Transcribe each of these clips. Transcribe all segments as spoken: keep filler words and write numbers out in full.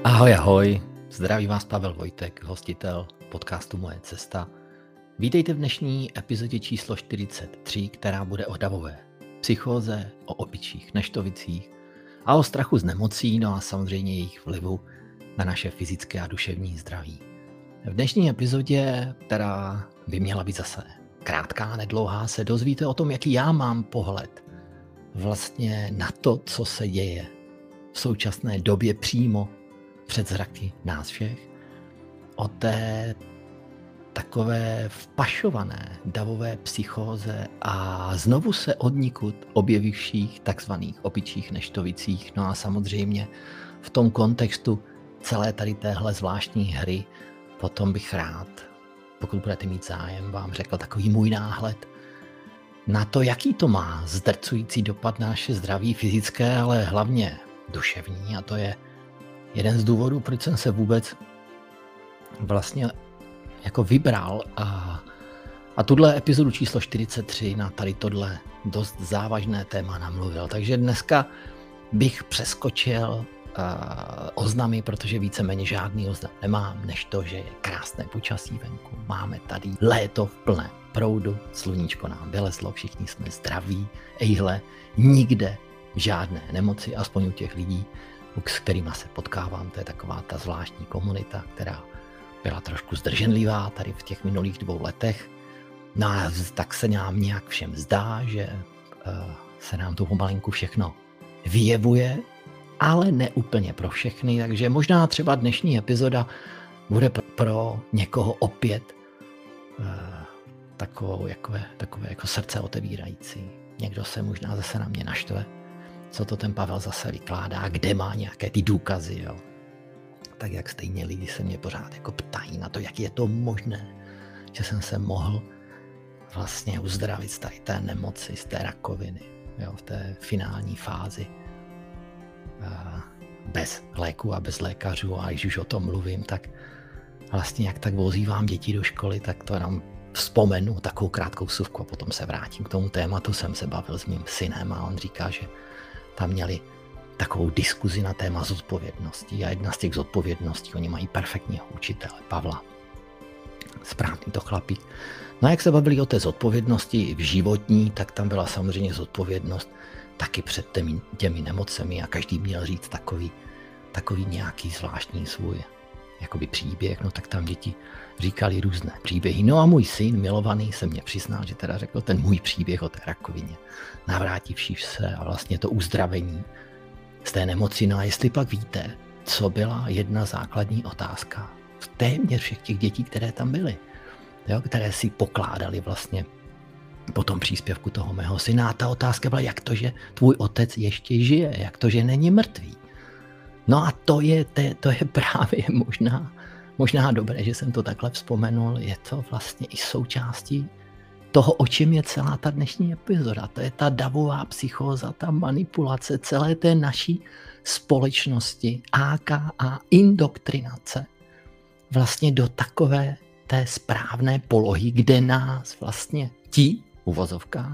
Ahoj, ahoj, zdraví vás Pavel Vojtek, hostitel podcastu Moje cesta. Vítejte v dnešní epizodě číslo čtyřicet tři, která bude o davové psychóze, o opičích neštovicích a o strachu z nemocí, no a samozřejmě jejich vlivu na naše fyzické a duševní zdraví. V dnešní epizodě, která by měla být zase krátká, nedlouhá, se dozvíte o tom, jaký já mám pohled vlastně na to, co se děje v současné době přímo před zraky nás všech, o té takové vpašované davové psychóze a znovu se odnikud objevivších takzvaných opičích neštovicích. No a samozřejmě v tom kontextu celé tady téhle zvláštní hry potom bych rád, pokud budete mít zájem, vám řekl takový můj náhled na to, jaký to má zdrcující dopad na naše zdraví fyzické, ale hlavně duševní, a to je jeden z důvodů, proč jsem se vůbec vlastně jako vybral a, a tuhle epizodu číslo čtyřicet tři na tady tohle dost závažné téma namluvil. Takže dneska bych přeskočil uh, oznamy, protože víceméně žádný oznam nemám, než to, že je krásné počasí venku. Máme tady léto v plné proudu, sluníčko nám vylezlo, všichni jsme zdraví, ejhle, nikde žádné nemoci, aspoň u těch lidí, s kterýma se potkávám. To je taková ta zvláštní komunita, která byla trošku zdrženlivá tady v těch minulých dvou letech. No a tak se nám nějak všem zdá, že uh, se nám tu pomalinku všechno vyjevuje, ale ne úplně pro všechny, takže možná třeba dnešní epizoda bude pro někoho opět uh, takovou, jakové, takové jako srdce otevírající. Někdo se možná zase na mě naštve, co to ten Pavel zase vykládá, kde má nějaké ty důkazy, jo. Tak jak stejně lidi se mě pořád jako ptají na to, jak je to možné, že jsem se mohl vlastně uzdravit z tady té nemoci, z té rakoviny, jo, v té finální fázi. Bez léku a bez lékařů, a když už o tom mluvím, tak vlastně jak tak vozívám děti do školy, tak to jenom vzpomenu takovou krátkou suvku a potom se vrátím k tomu tématu. Jsem se bavil s mým synem a on říká, že tam měli takovou diskuzi na téma zodpovědnosti a jedna z těch zodpovědností, oni mají perfektního učitele, Pavla. Správný to chlapík. No a jak se bavili o té zodpovědnosti v životní, tak tam byla samozřejmě zodpovědnost taky před těmi, těmi nemocemi a každý měl říct takový, takový nějaký zvláštní svůj jakoby příběh, no tak tam děti říkali různé příběhy. No a můj syn milovaný se mě přiznal, že teda řekl ten můj příběh o té rakovině, navrátivší se a vlastně to uzdravení z té nemoci. No a jestli pak víte, co byla jedna základní otázka v téměř všech těch dětí, které tam byly, jo, které si pokládali vlastně po tom příspěvku toho mého syna. A ta otázka byla, jak to, že tvůj otec ještě žije, jak to, že není mrtvý. No a to je, to je, to je právě možná, možná dobré, že jsem to takhle vzpomenul. Je to vlastně i součástí toho, o čem je celá ta dnešní epizoda. To je ta davová psychóza, ta manipulace celé té naší společnosti, aka indoktrinace vlastně do takové té správné polohy, kde nás vlastně ti v uvozovkách,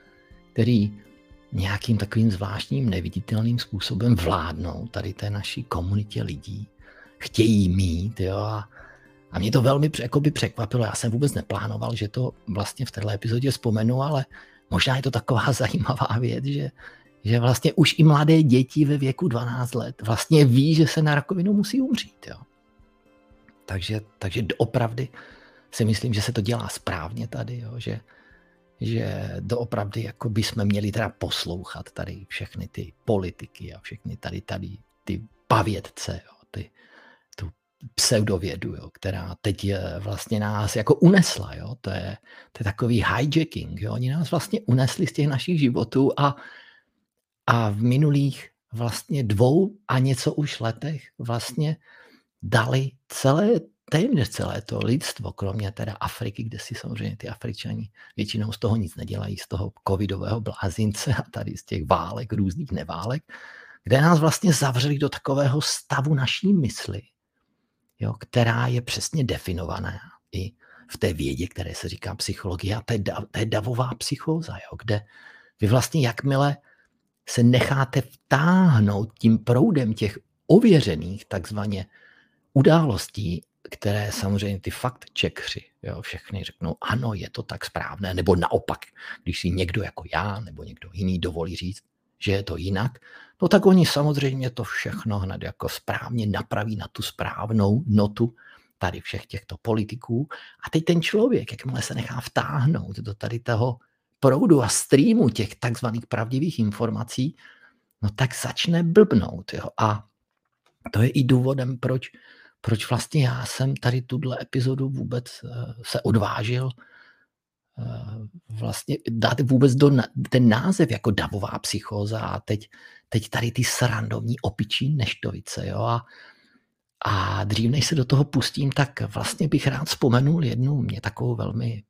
který nějakým takovým zvláštním neviditelným způsobem vládnou tady té naší komunitě lidí, chtějí mít, jo, a, a mě to velmi jakoby překvapilo. Já jsem vůbec neplánoval, že to vlastně v této epizodě vzpomenu, ale možná je to taková zajímavá věc, že, že vlastně už i mladé děti ve věku dvanáct let vlastně ví, že se na rakovinu musí umřít, jo. Takže, takže doopravdy si myslím, že se to dělá správně tady, jo, že že doopravdy jako by jsme měli teda poslouchat tady všechny ty politiky a všechny tady tady ty pavědce, jo, ty, tu pseudovědu, jo, která teď vlastně nás jako unesla, jo, to je, to je takový hijacking, jo, oni nás vlastně unesli z těch našich životů a, a v minulých vlastně dvou a něco už letech vlastně dali celé téměř celé to lidstvo, kromě teda Afriky, kde si samozřejmě ty Afričani většinou z toho nic nedělají, z toho covidového blázince a tady z těch válek, různých neválek, kde nás vlastně zavřeli do takového stavu naší mysli, jo, která je přesně definovaná i v té vědě, které se říká psychologie, a to je, to je davová psychóza, jo, kde vy vlastně jakmile se necháte vtáhnout tím proudem těch ověřených takzvaně událostí, které samozřejmě ty fakt checkři, jo, všechny řeknou, ano, je to tak správné, nebo naopak, když si někdo jako já nebo někdo jiný dovolí říct, že je to jinak, no tak oni samozřejmě to všechno hned jako správně napraví na tu správnou notu tady všech těchto politiků. A teď ten člověk, jakmile se nechá vtáhnout do tady toho proudu a streamu těch takzvaných pravdivých informací, no tak začne blbnout. Jo. A to je i důvodem, proč, proč vlastně já jsem tady tuhle epizodu vůbec se odvážil vlastně dát vůbec do ten název jako davová psychóza a teď, teď tady ty srandovní opičí neštovice. Jo? A, a dřív, než se do toho pustím, tak vlastně bych rád vzpomenul jednu mě takovou velmi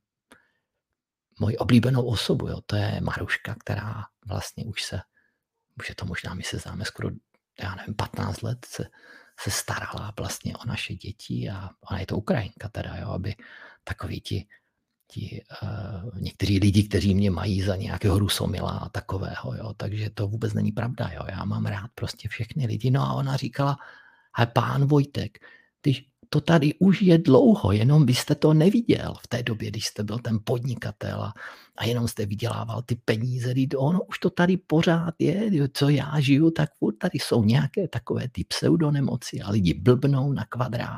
moji oblíbenou osobu. Jo? To je Maruška, která vlastně už se, už je to možná, my se známe skoro, já nevím, patnáct let se, se starala vlastně o naše děti a ona je to Ukrajinka teda, jo? Aby takový ti Ti, uh, někteří lidi, kteří mě mají za nějakého rusomila a takového, jo, takže to vůbec není pravda, jo, já mám rád prostě všechny lidi, no a ona říkala, ale pán Vojtek, když to tady už je dlouho, jenom vy jste to neviděl v té době, když jste byl ten podnikatel a, a jenom jste vydělával ty peníze, ono už to tady pořád je, jo, co já žiju, tak furt tady jsou nějaké takové ty pseudonemoci a lidi blbnou na kvadrát.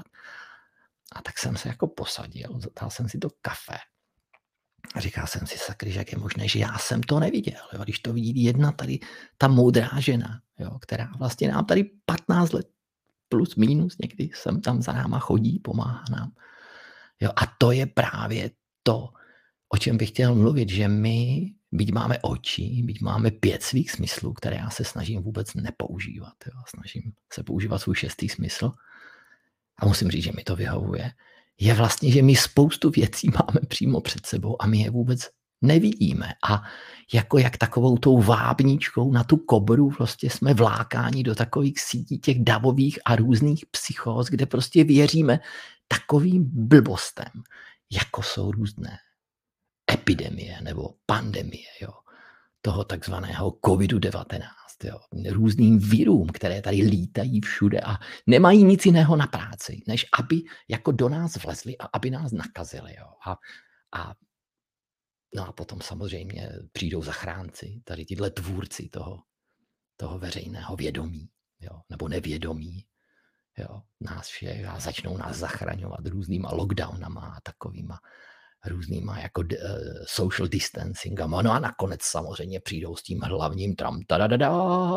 A tak jsem se jako posadil, dal jsem si to kafe. A říkal jsem si, sakry, jak je možné, že já jsem to neviděl. Jo? Když to vidí jedna tady, ta moudrá žena, jo? Která vlastně nám tady patnáct let plus minus někdy sem tam za náma chodí, pomáhá nám. Jo? A to je právě to, o čem bych chtěl mluvit, že my, byť máme oči, byť máme pět svých smyslů, které já se snažím vůbec nepoužívat. Jo? Snažím se používat svůj šestý smysl. A musím říct, že mi to vyhovuje. Je vlastně, že my spoustu věcí máme přímo před sebou a my je vůbec nevidíme. A jako jak takovou tou vábničkou na tu kobru vlastně jsme vlákáni do takových sítí těch davových a různých psychóz, kde prostě věříme takovým blbostem, jako jsou různé epidemie nebo pandemie, jo, toho takzvaného covidu devatenáct. Jo, různým virům, které tady lítají všude a nemají nic jiného na práci, než aby jako do nás vlezli a aby nás nakazili. Jo. A, a, no a potom samozřejmě přijdou zachránci, tady tyhle tvůrci toho, toho veřejného vědomí, jo, nebo nevědomí, jo, nás všech a začnou nás zachraňovat různýma lockdownama a takovýma různýma jako uh, social distancingama. No a nakonec samozřejmě přijdou s tím hlavním tram tadadada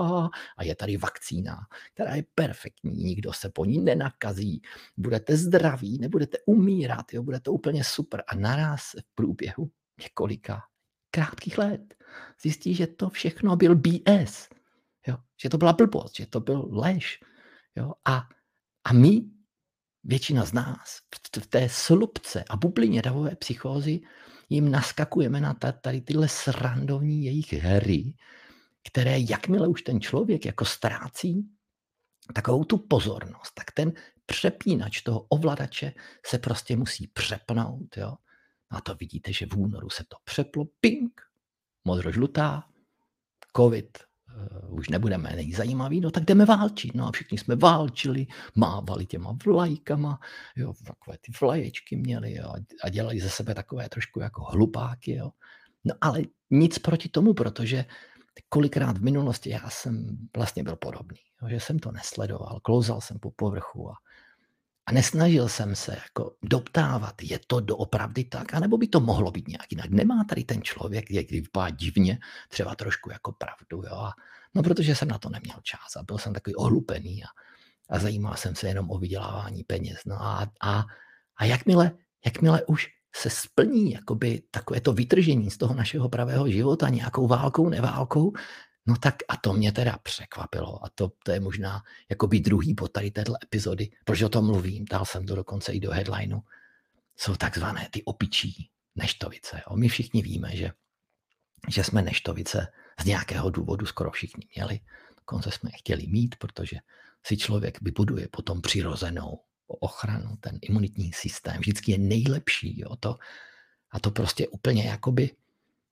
a je tady vakcína, která je perfektní, nikdo se po ní nenakazí, budete zdraví, nebudete umírat, jo, bude to úplně super. A naraz v průběhu několika krátkých let zjistí, že to všechno byl B S, jo, že to byla blbost, že to byl lež. Jo, a, a my většina z nás v té slupce a bublině davové psychózy jim naskakujeme na tady tyhle srandovní jejich hry, které jakmile už ten člověk jako ztrácí takovou tu pozornost, tak ten přepínač toho ovladače se prostě musí přepnout. Jo? A to vidíte, že v únoru se to přeplo, ping, modro-žlutá, covid, Uh, už nebudeme nejzajímaví, no tak jdeme válčit. No a všichni jsme válčili, mávali těma vlajkama, jo, takové ty vlaječky měli, jo, a dělali ze sebe takové trošku jako hlupáky, jo. No ale nic proti tomu, protože kolikrát v minulosti já jsem vlastně byl podobný, jo, že jsem to nesledoval, klouzal jsem po povrchu a, a nesnažil jsem se jako doptávat, je to doopravdy tak, anebo by to mohlo být nějak jinak. Nemá tady ten člověk, jak vypadá divně, třeba trošku jako pravdu, jo. A no, protože jsem na to neměl čas a byl jsem takový ohlupený a, a zajímal jsem se jenom o vydělávání peněz. No a, a, a jakmile, jakmile už se splní jakoby takové to vytržení z toho našeho pravého života nějakou válkou, neválkou, no tak a to mě teda překvapilo a to, to je možná jakoby druhý bod tady téhle epizody, proč o tom mluvím, dal jsem to dokonce i do headlineu, jsou takzvané ty opičí neštovice. Jo. My všichni víme, že, že jsme neštovice z nějakého důvodu skoro všichni měli, dokonce jsme je chtěli mít, protože si člověk vybuduje potom přirozenou ochranu, ten imunitní systém vždycky je nejlepší. Jo. To, a to prostě úplně jakoby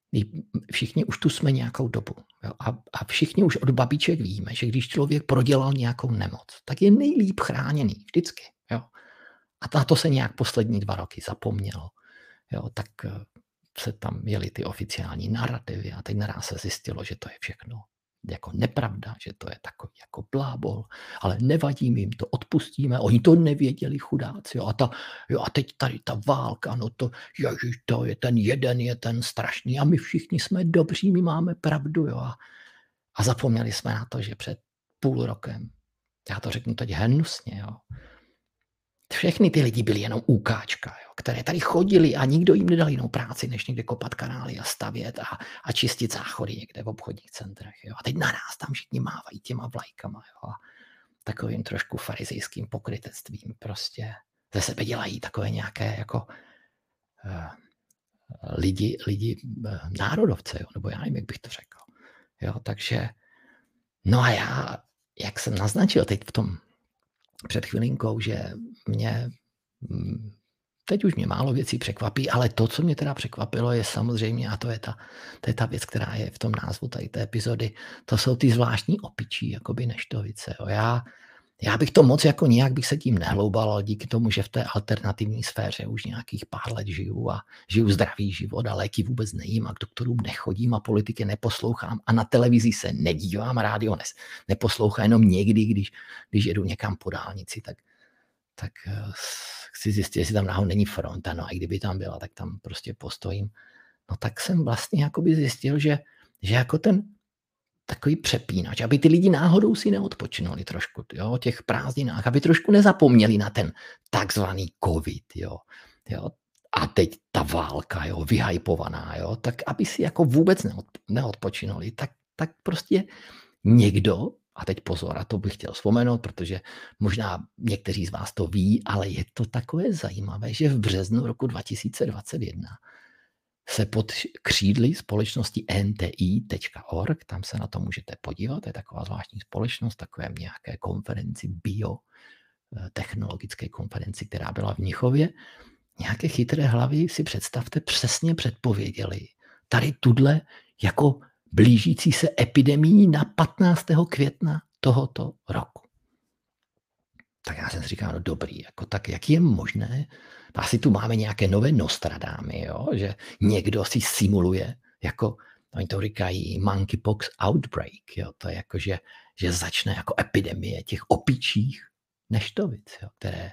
Všichni už tu jsme nějakou dobu. Jo? A, a všichni už od babiček víme, že když člověk prodělal nějakou nemoc, tak je nejlíp chráněný vždycky. Jo? A na to se nějak poslední dva roky zapomnělo. Jo? Tak se tam jeli ty oficiální narrativy a teď naraz se zjistilo, že to je všechno jako nepravda, že to je takový jako blábol, ale nevadí, my jim to odpustíme, oni to nevěděli, chudáci, jo, a, ta, jo, a teď tady ta válka, no to, ježiš, to je ten jeden, je ten strašný a my všichni jsme dobří, my máme pravdu, jo, a, a zapomněli jsme na to, že před půl rokem, já to řeknu teď hnusně, jo, všechny ty lidi byli jenom úkáčka, jo, které tady chodili a nikdo jim nedal jinou práci, než někde kopat kanály a stavět a, a čistit záchody někde v obchodních centrech. Jo. A teď naraz tam všichni mávají těma vlajkama. Jo. A takovým trošku farizejským pokrytectvím prostě ze sebe dělají takové nějaké jako uh, lidi, lidi uh, národovce, jo, nebo já nevím, jak bych to řekl. Jo, takže, no a já, jak jsem naznačil teď v tom před chvilinkou, že mě, teď už mě málo věcí překvapí, ale to, co mě teda překvapilo, je samozřejmě, a to je ta, to je ta věc, která je v tom názvu tady té epizody, to jsou ty zvláštní opičí, jakoby neštovice. Jo. Já, já bych to moc jako nějak bych se tím nehloubal, ale díky tomu, že v té alternativní sféře už nějakých pár let žiju a žiju zdravý život a léky vůbec nejím a k doktorům nechodím a politiky neposlouchám a na televizi se nedívám, rádio ne, neposlouchám jenom někdy, když, když jedu někam po dálnici, tak, tak chci zjistit, jestli tam náhodou není fronta, no a kdyby tam byla, tak tam prostě postojím. No tak jsem vlastně jakoby zjistil, že, že jako ten takový přepínač, aby ty lidi náhodou si neodpočinuli trošku, jo, o těch prázdninách, aby trošku nezapomněli na ten takzvaný covid, jo, jo. A teď ta válka, jo, vyhypovaná, jo, tak aby si jako vůbec neodpočinuli, tak, tak prostě někdo, a teď pozor, a to bych chtěl vzpomenout, protože možná někteří z vás to ví, ale je to takové zajímavé, že v březnu roku dva tisíce dvacet jedna se pod křídly společnosti N T I tečka org, tam se na to můžete podívat, to je taková zvláštní společnost, takové nějaké konferenci, biotechnologické konferenci, která byla v Mnichově. Nějaké chytré hlavy si představte, přesně předpověděli tady tudle jako blížící se epidemii na patnáctého května tohoto roku. Tak já jsem si říkal, no dobrý, jako tak jak je možné, asi tu máme nějaké nové Nostradámy, jo? Že někdo si simuluje, jako oni to říkají monkeypox outbreak, jo? To je jako, že, že začne jako epidemie těch opičích neštovic, jo? Které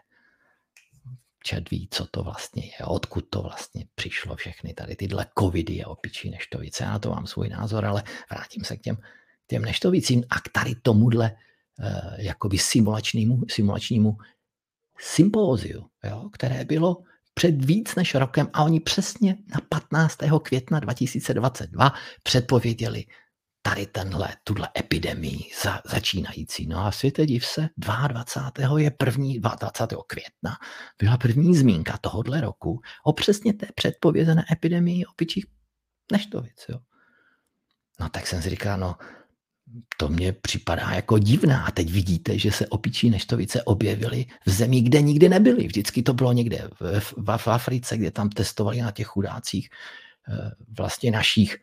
čet ví, co to vlastně je, odkud to vlastně přišlo všechny tady tyhle covidy a opičí neštovice. Já na to mám svůj názor, ale vrátím se k těm, těm neštovicím a k tady tomuhle uh, jakoby simulačnímu, simulačnímu sympóziu, jo, které bylo před víc než rokem a oni přesně na patnáctého května dva tisíce dvacet dva předpověděli tady tenhle, tuhle epidemii za, začínající. No a světe div se, dvacátého druhého je první, dvacátého května byla první zmínka tohohle roku o přesně té předpovězené epidemii opičích neštovic. Jo. No tak jsem si říkal, no to mně připadá jako divná. A teď vidíte, že se opičí neštovice objevily v zemi, kde nikdy nebyly. Vždycky to bylo někde v, v, v Africe, kde tam testovali na těch chudácích vlastně našich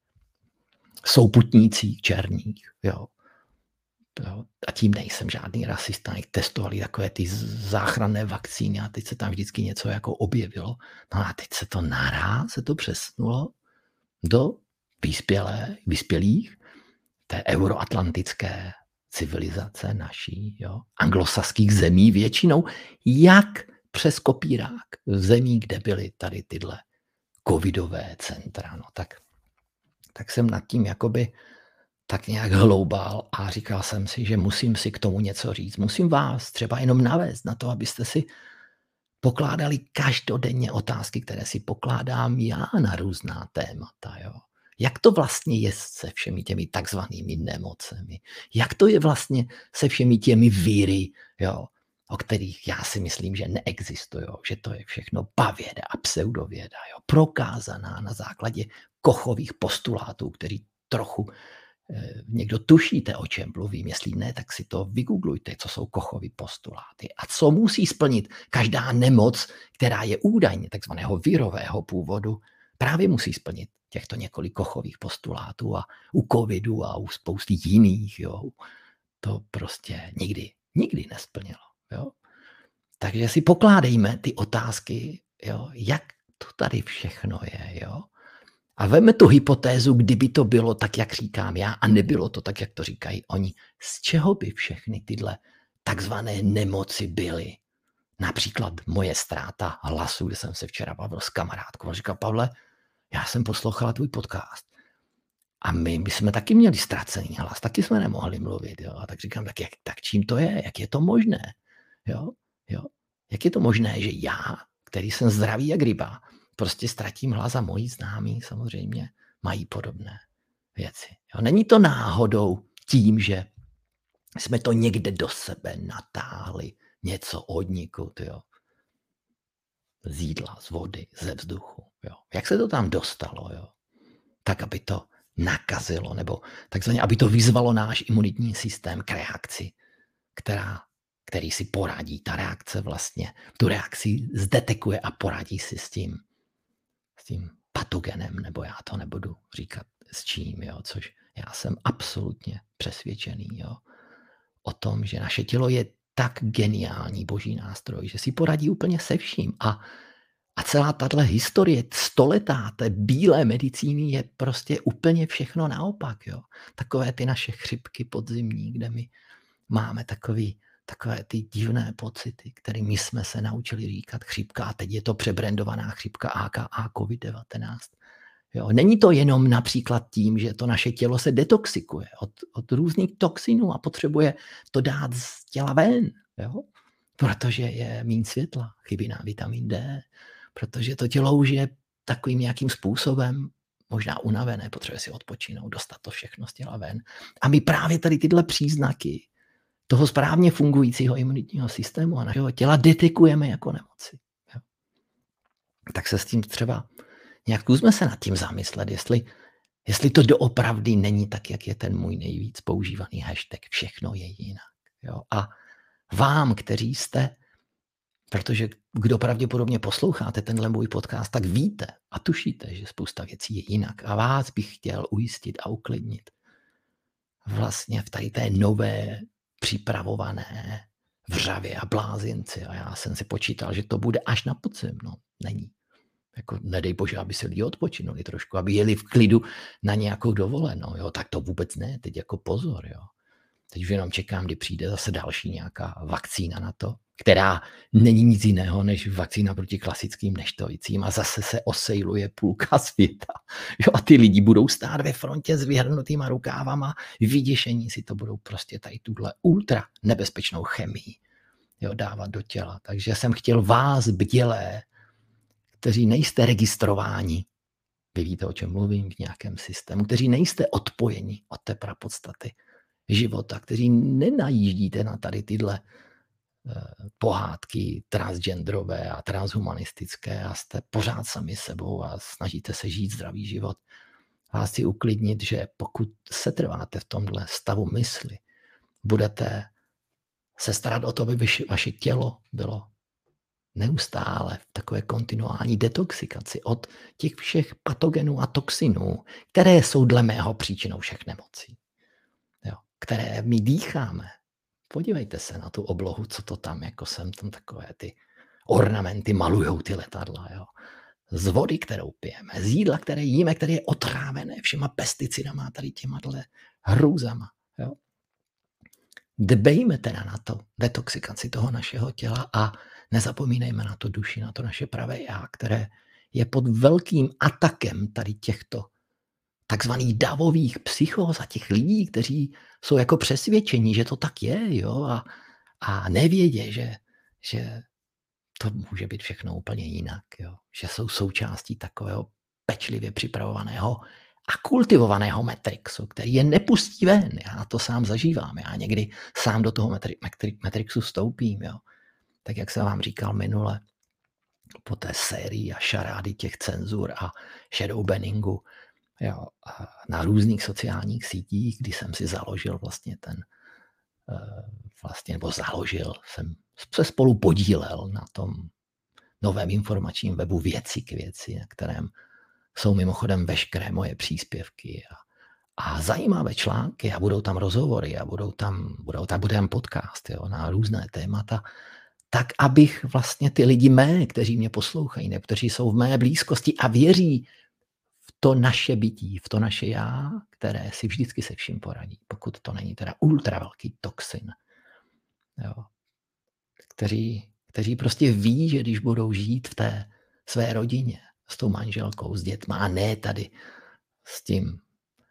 souputnících černých. Jo. Jo. A tím nejsem žádný rasista. Testovali takové ty záchranné vakcíny a teď se tam vždycky něco jako objevilo. No a teď se to naráz, se to přesnulo do vyspělé, vyspělých té euroatlantické civilizace naší, jo, anglosaských zemí většinou, jak přes kopírák v zemí, kde byly tady tyhle covidové centra. No, tak, tak jsem nad tím jakoby tak nějak hloubal a říkal jsem si, že musím si k tomu něco říct. Musím vás třeba jenom navést na to, abyste si pokládali každodenně otázky, které si pokládám já na různá témata, jo. Jak to vlastně je se všemi těmi takzvanými nemocemi? Jak to je vlastně se všemi těmi víry, jo, o kterých já si myslím, že neexistují, že to je všechno pavěda a pseudověda, jo, prokázaná na základě Kochových postulátů, který trochu eh, někdo tušíte, o čem mluvím. Jestli ne, tak si to vygooglujte, co jsou Kochovy postuláty a co musí splnit každá nemoc, která je údajně takzvaného virového původu, právě musí splnit těchto několik kochových postulátů a u covidu a u spousty jiných, jo, to prostě nikdy, nikdy nesplnilo. Jo. Takže si pokládejme ty otázky, jo, jak to tady všechno je. Jo. A veme tu hypotézu, kdyby to bylo tak, jak říkám já, a nebylo to tak, jak to říkají oni. Z čeho by všechny tyhle takzvané nemoci byly? Například moje ztráta hlasu, kde jsem se včera bavil s kamarádkou. On říkal, Pavle, já jsem poslouchala tvůj podcast a my bychom taky měli ztracený hlas, taky jsme nemohli mluvit. Jo? A tak říkám, tak, jak, tak čím to je? Jak je to možné? Jo? Jo? Jak je to možné, že já, který jsem zdravý jak ryba, prostě ztratím hlas a moji známí samozřejmě mají podobné věci. Jo? Není to náhodou tím, že jsme to někde do sebe natáhli, něco odnikud, jo. Z jídla, z vody, ze vzduchu. Jo. Jak se to tam dostalo? Jo? Tak, aby to nakazilo, nebo takzvaně, aby to vyzvalo náš imunitní systém k reakci, která, který si poradí. Ta reakce vlastně, tu reakci zdetekuje a poradí si s tím, s tím patogenem, nebo já to nebudu říkat s čím, jo? Což já jsem absolutně přesvědčený, jo? O tom, že naše tělo je tak geniální boží nástroj, že si poradí úplně se vším. A, a celá tahle historie stoletá té bílé medicíny je prostě úplně všechno naopak. Jo. Takové ty naše chřipky podzimní, kde my máme takový, takové ty divné pocity, kterými jsme se naučili říkat chřipka a teď je to přebrandovaná chřipka á ká á covid devatenáct. Jo, není to jenom například tím, že to naše tělo se detoxikuje od, od různých toxinů a potřebuje to dát z těla ven, jo? Protože je míň světla, chybí nám vitamin D, protože to tělo už je takovým nějakým způsobem možná unavené, potřebuje si odpočinout, dostat to všechno z těla ven. A my právě tady tyhle příznaky toho správně fungujícího imunitního systému a našeho těla detekujeme jako nemoci. Jo? Tak se s tím třeba nějak zkusme se nad tím zamyslet, jestli, jestli to doopravdy není tak, jak je ten můj nejvíc používaný hashtag všechno je jinak. Jo? A vám, kteří jste, protože kdo pravděpodobně posloucháte tenhle můj podcast, tak víte a tušíte, že spousta věcí je jinak. A vás bych chtěl ujistit a uklidnit. Vlastně v tady té nové, připravované vřavě a blázinci. A já jsem si počítal, že to bude až na podzim. No, není. Jako, nedej bože, aby se lidi odpočinuli trošku, aby jeli v klidu na nějakou dovolenou, jo, tak to vůbec ne, teď jako pozor, jo. Teď už jenom čekám, kdy přijde zase další nějaká vakcína na to, která není nic jiného než vakcína proti klasickým neštovicím a zase se osejluje půlka světa. Jo, a ty lidi budou stát ve frontě s vyhrnutýma rukávama, vyděšení si to budou prostě tady tuhle ultra nebezpečnou chemii, jo, dávat do těla. Takže jsem chtěl vás bdělé, kteří nejste registrováni, vy víte, o čem mluvím, v nějakém systému, kteří nejste odpojeni od té prapodstaty života, kteří nenajíždíte na tady tyhle eh, pohádky transgenderové a transhumanistické a jste pořád sami sebou a snažíte se žít zdravý život. Vás chci uklidnit, že pokud se trváte v tomhle stavu mysli, budete se starat o to, aby vaše tělo bylo neustále v takové kontinuální detoxikaci od těch všech patogenů a toxinů, které jsou dle mého příčinou všech nemocí, jo, které my dýcháme. Podívejte se na tu oblohu, co to tam, jako jsem tam takové ty ornamenty malujou ty letadla. Jo. Z vody, kterou pijeme, z jídla, které jíme, které je otrávené všema pesticidama a tady těma hrůzama. Jo. Dbejme teda na to detoxikaci toho našeho těla a nezapomínejme na to duši, na to naše pravé já, které je pod velkým atakem tady těchto takzvaných davových psychóz a těch lidí, kteří jsou jako přesvědčení, že to tak je, jo, a, a nevědě, že, že to může být všechno úplně jinak, jo, že jsou součástí takového pečlivě připravovaného a kultivovaného Matrixu, který je nepustí ven. Já to sám zažívám, já někdy sám do toho Matrixu vstoupím, jo. Tak jak jsem vám říkal minule, po té sérii a šarády těch cenzur a shadowbanningu, jo, a na různých sociálních sítích, kdy jsem si založil vlastně ten, vlastně, nebo založil, jsem se spolu podílel na tom novém informačním webu Věci k věci, na kterém jsou mimochodem veškeré moje příspěvky a, a zajímavé články a budou tam rozhovory a budou tam, budou tam, bude tam podcast, jo, na různé témata, tak abych vlastně ty lidi mé, kteří mě poslouchají, ne, kteří jsou v mé blízkosti a věří v to naše bytí, v to naše já, které si vždycky se vším poradí, pokud to není teda ultra velký toxin. Jo. Kteří, kteří prostě ví, že když budou žít v té své rodině, s tou manželkou, s dětma, a ne tady s tím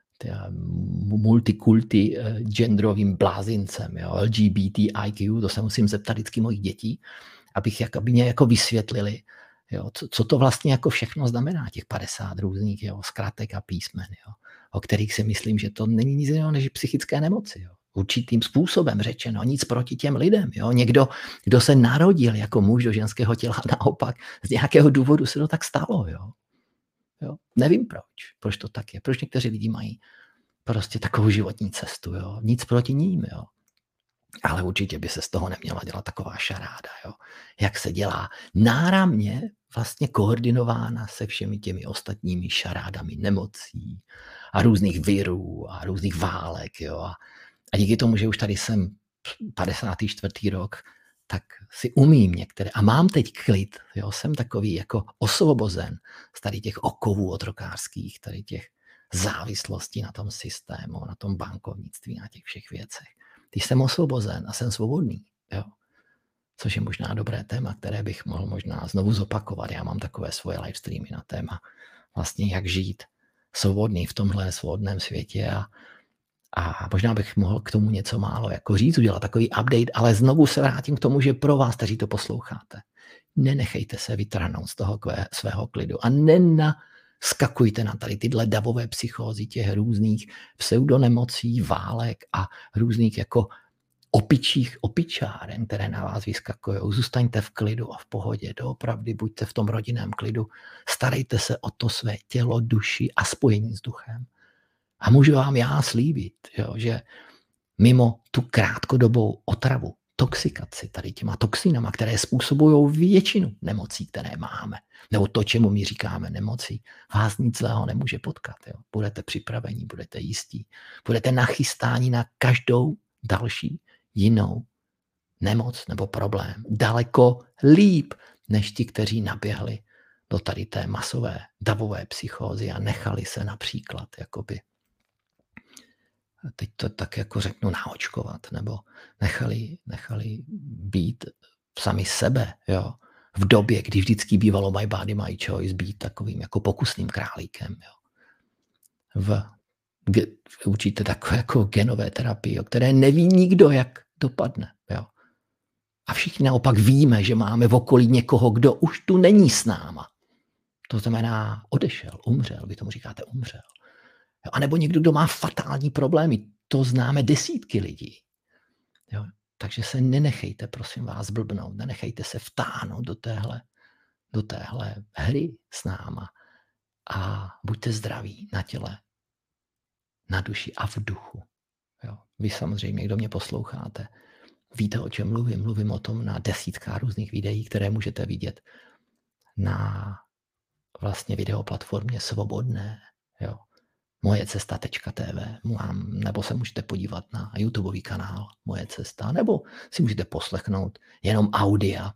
multikulti genderovým blázincem, jo, L G B T I Q, to se musím zeptat vždycky mojich dětí, abych jak, aby mě jako vysvětlili, jo, co, co to vlastně jako všechno znamená, těch padesát různých, jo, zkratek a písmen, jo, o kterých si myslím, že to není nic jiného než psychické nemoci. Jo. Určitým způsobem řečeno, nic proti těm lidem. Jo. Někdo, kdo se narodil jako muž do ženského těla, naopak z nějakého důvodu se to tak stalo. Jo. Jo. Nevím proč, proč to tak je. Proč někteří lidi mají prostě takovou životní cestu. Jo. Nic proti ním. Jo. Ale určitě by se z toho neměla dělat taková šaráda. Jo. Jak se dělá náramně vlastně koordinována se všemi těmi ostatními šarádami nemocí a různých virů a různých válek. Jo. A A díky tomu, že už tady jsem padesátý čtvrtý rok, tak si umím některé. A mám teď klid. Jo, jsem takový jako osvobozen z tady těch okovů otrokářských, tady těch závislostí na tom systému, na tom bankovnictví, na těch všech věcech. Když jsem osvobozen a jsem svobodný, jo, což je možná dobré téma, které bych mohl možná znovu zopakovat. Já mám takové svoje live streamy na téma vlastně, jak žít svobodný v tomhle svobodném světě a A možná bych mohl k tomu něco málo jako říct, udělat takový update, ale znovu se vrátím k tomu, že pro vás, kteří to posloucháte, nenechejte se vytrhnout z toho svého klidu a nenaskakujte na tady tyhle davové psychózy těch různých pseudonemocí, válek a různých jako opičích opičáren, které na vás vyskakují. Zůstaňte v klidu a v pohodě, doopravdy buďte v tom rodinném klidu, starejte se o to své tělo, duši a spojení s duchem. A můžu vám já slíbit, jo, že mimo tu krátkodobou otravu, toxikaci tady těma toxinama, které způsobují většinu nemocí, které máme, nebo to, čemu my říkáme nemocí, vás nic zlého nemůže potkat. Jo. Budete připraveni, budete jistí, budete nachystáni na každou další jinou nemoc nebo problém. Daleko líp, než ti, kteří naběhli do tady té masové davové psychózy a nechali se například jakoby teď to tak jako řeknu naočkovat, nebo nechali, nechali být sami sebe, jo. V době, kdy vždycky bývalo my body, my choice, být takovým jako pokusným králíkem, jo. V, v určitě takové jako genové terapii, o které neví nikdo, jak dopadne, jo. A všichni naopak víme, že máme v okolí někoho, kdo už tu není s náma. To znamená odešel, umřel, vy tomu říkáte umřel. A nebo někdo, kdo má fatální problémy. To známe desítky lidí. Jo? Takže se nenechejte, prosím vás, blbnout. Nenechejte se vtáhnout do téhle, do téhle hry s náma. A buďte zdraví na těle, na duši a v duchu. Jo? Vy samozřejmě, kdo mě posloucháte, víte, o čem mluvím. Mluvím o tom na desítkách různých videí, které můžete vidět na vlastně videoplatformě Svobodné. Jo? moje cesta tečka té vé, nebo se můžete podívat na YouTubeový kanál Moje cesta, nebo si můžete poslechnout jenom audia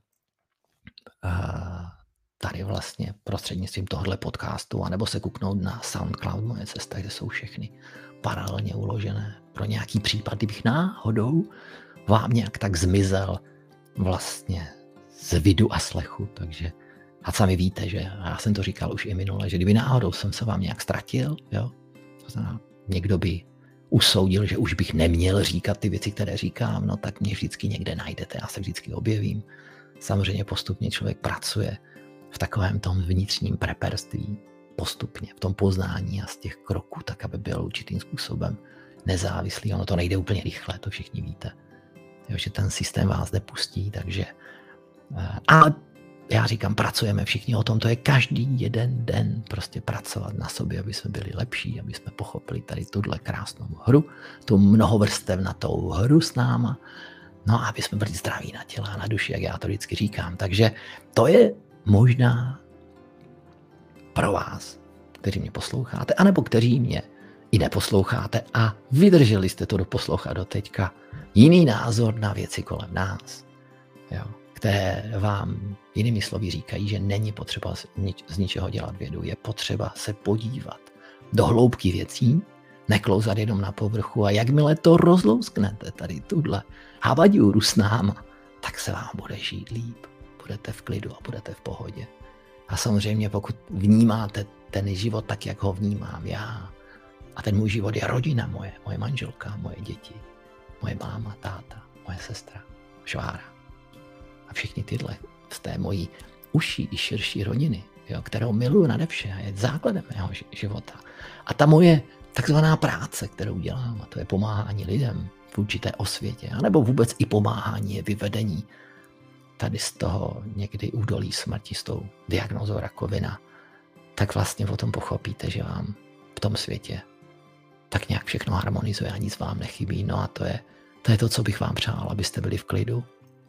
tady vlastně prostřednictvím tohohle podcastu, anebo se kouknout na SoundCloud Moje cesta, kde jsou všechny paralelně uložené pro nějaký případ, kdybych náhodou vám nějak tak zmizel vlastně z vidu a slechu, takže a sami víte, že já jsem to říkal už i minule, že kdyby náhodou jsem se vám nějak ztratil, jo, to znamená, někdo by usoudil, že už bych neměl říkat ty věci, které říkám, no tak mě vždycky někde najdete, já se vždycky objevím. Samozřejmě postupně člověk pracuje v takovém tom vnitřním preperství, postupně, v tom poznání a z těch kroků, tak aby byl určitým způsobem nezávislý. Ono to nejde úplně rychle, to všichni víte, jo, že ten systém vás nepustí, takže ale já říkám, pracujeme všichni o tom, to je každý jeden den prostě pracovat na sobě, aby jsme byli lepší, aby jsme pochopili tady tuhle krásnou hru, tu mnohovrstevnatou hru s náma, no a aby jsme byli zdraví na těle a na duši, jak já to vždycky říkám. Takže to je možná pro vás kteří mě posloucháte, anebo kteří mě i neposloucháte a vydrželi jste to doposlouchat do teďka. Jiný názor na věci kolem nás, jo, které vám jinými slovy říkají, že není potřeba z, nič, z ničeho dělat vědu. Je potřeba se podívat do hloubky věcí, neklouzat jenom na povrchu a jakmile to rozlousknete tady tuhle havadiuru s náma, tak se vám bude žít líp. Budete v klidu a budete v pohodě. A samozřejmě pokud vnímáte ten život tak, jak ho vnímám já, a ten můj život je rodina moje, moje manželka, moje děti, moje máma, táta, moje sestra, švára. A všichni tyhle z té mojí užší i širší rodiny, jo, kterou miluju nade vše a je základem mého života. A ta moje takzvaná práce, kterou dělám, a to je pomáhání lidem v určité osvětě, anebo vůbec i pomáhání je vyvedení tady z toho někdy údolí smrti s tou diagnózou rakovina, tak vlastně o tom pochopíte, že vám v tom světě tak nějak všechno harmonizuje a nic vám nechybí. No a to je, to je to, co bych vám přál, abyste byli v klidu,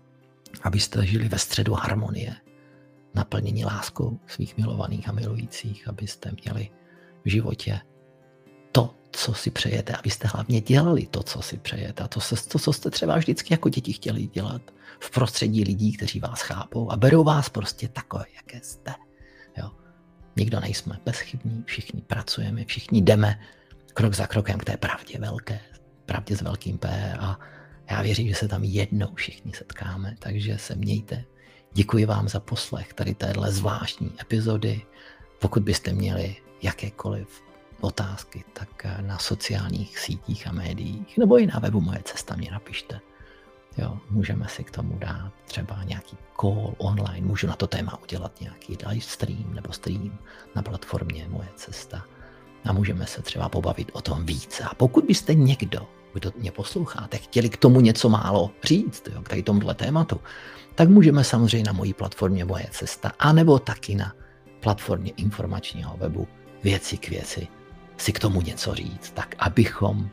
abyste žili ve středu harmonie, naplnění láskou svých milovaných a milujících, abyste měli v životě to, co si přejete, abyste hlavně dělali to, co si přejete a to, to, co jste třeba vždycky jako děti chtěli dělat v prostředí lidí, kteří vás chápou a berou vás prostě takové, jaké jste. Jo. Nikdo nejsme bezchybní, všichni pracujeme, všichni jdeme krok za krokem k té pravdě velké, pravdě s velkým P a já věřím, že se tam jednou všichni setkáme, takže se mějte. Děkuji vám za poslech tady téhle zvláštní epizody. Pokud byste měli jakékoliv otázky, tak na sociálních sítích a médiích nebo i na webu Moje cesta mě napište. Jo, můžeme si k tomu dát třeba nějaký call online, můžu na to téma udělat nějaký live stream nebo stream na platformě Moje cesta a můžeme se třeba pobavit o tom více. A pokud byste někdo, kdo mě posloucháte, chtěli k tomu něco málo říct, jo, k tady tomuhle tématu, tak můžeme samozřejmě na mojí platformě Moje cesta anebo taky na platformě informačního webu Věci k věci si k tomu něco říct, tak abychom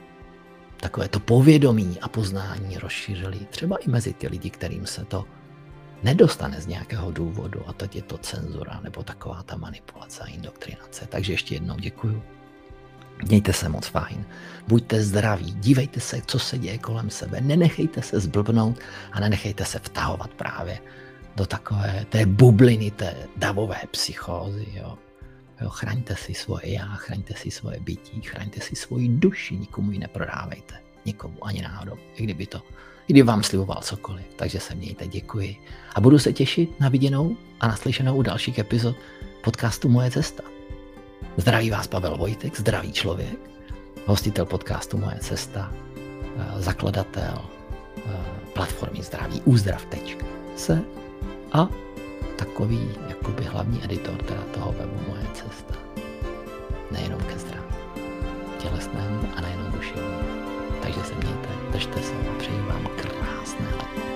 takové to povědomí a poznání rozšířili třeba i mezi ty lidi, kterým se to nedostane z nějakého důvodu a teď je to cenzura nebo taková ta manipulace a indoktrinace. Takže ještě jednou děkuju. Mějte se moc fajn, buďte zdraví, dívejte se, co se děje kolem sebe, nenechejte se zblbnout a nenechejte se vtahovat právě do takové té bubliny, té davové psychózy, jo. Jo, chraňte si svoje já, chraňte si svoje bytí, chraňte si svoji duši, nikomu ji neprodávejte, nikomu ani náhodou, i kdyby to, i kdyby vám sliboval cokoliv. Takže se mějte, děkuji a budu se těšit na viděnou a naslyšenou u dalších epizod podcastu Moje cesta. Zdraví vás Pavel Vojtek, zdravý člověk, hostitel podcastu Moje cesta, zakladatel platformy zdraví uzdrav tečka se a takový jakoby hlavní editor teda toho webu Moje cesta. Nejenom ke zdraví, tělesnému a nejenom duševnímu. Takže se mějte, držte se a přeji vám krásné léto.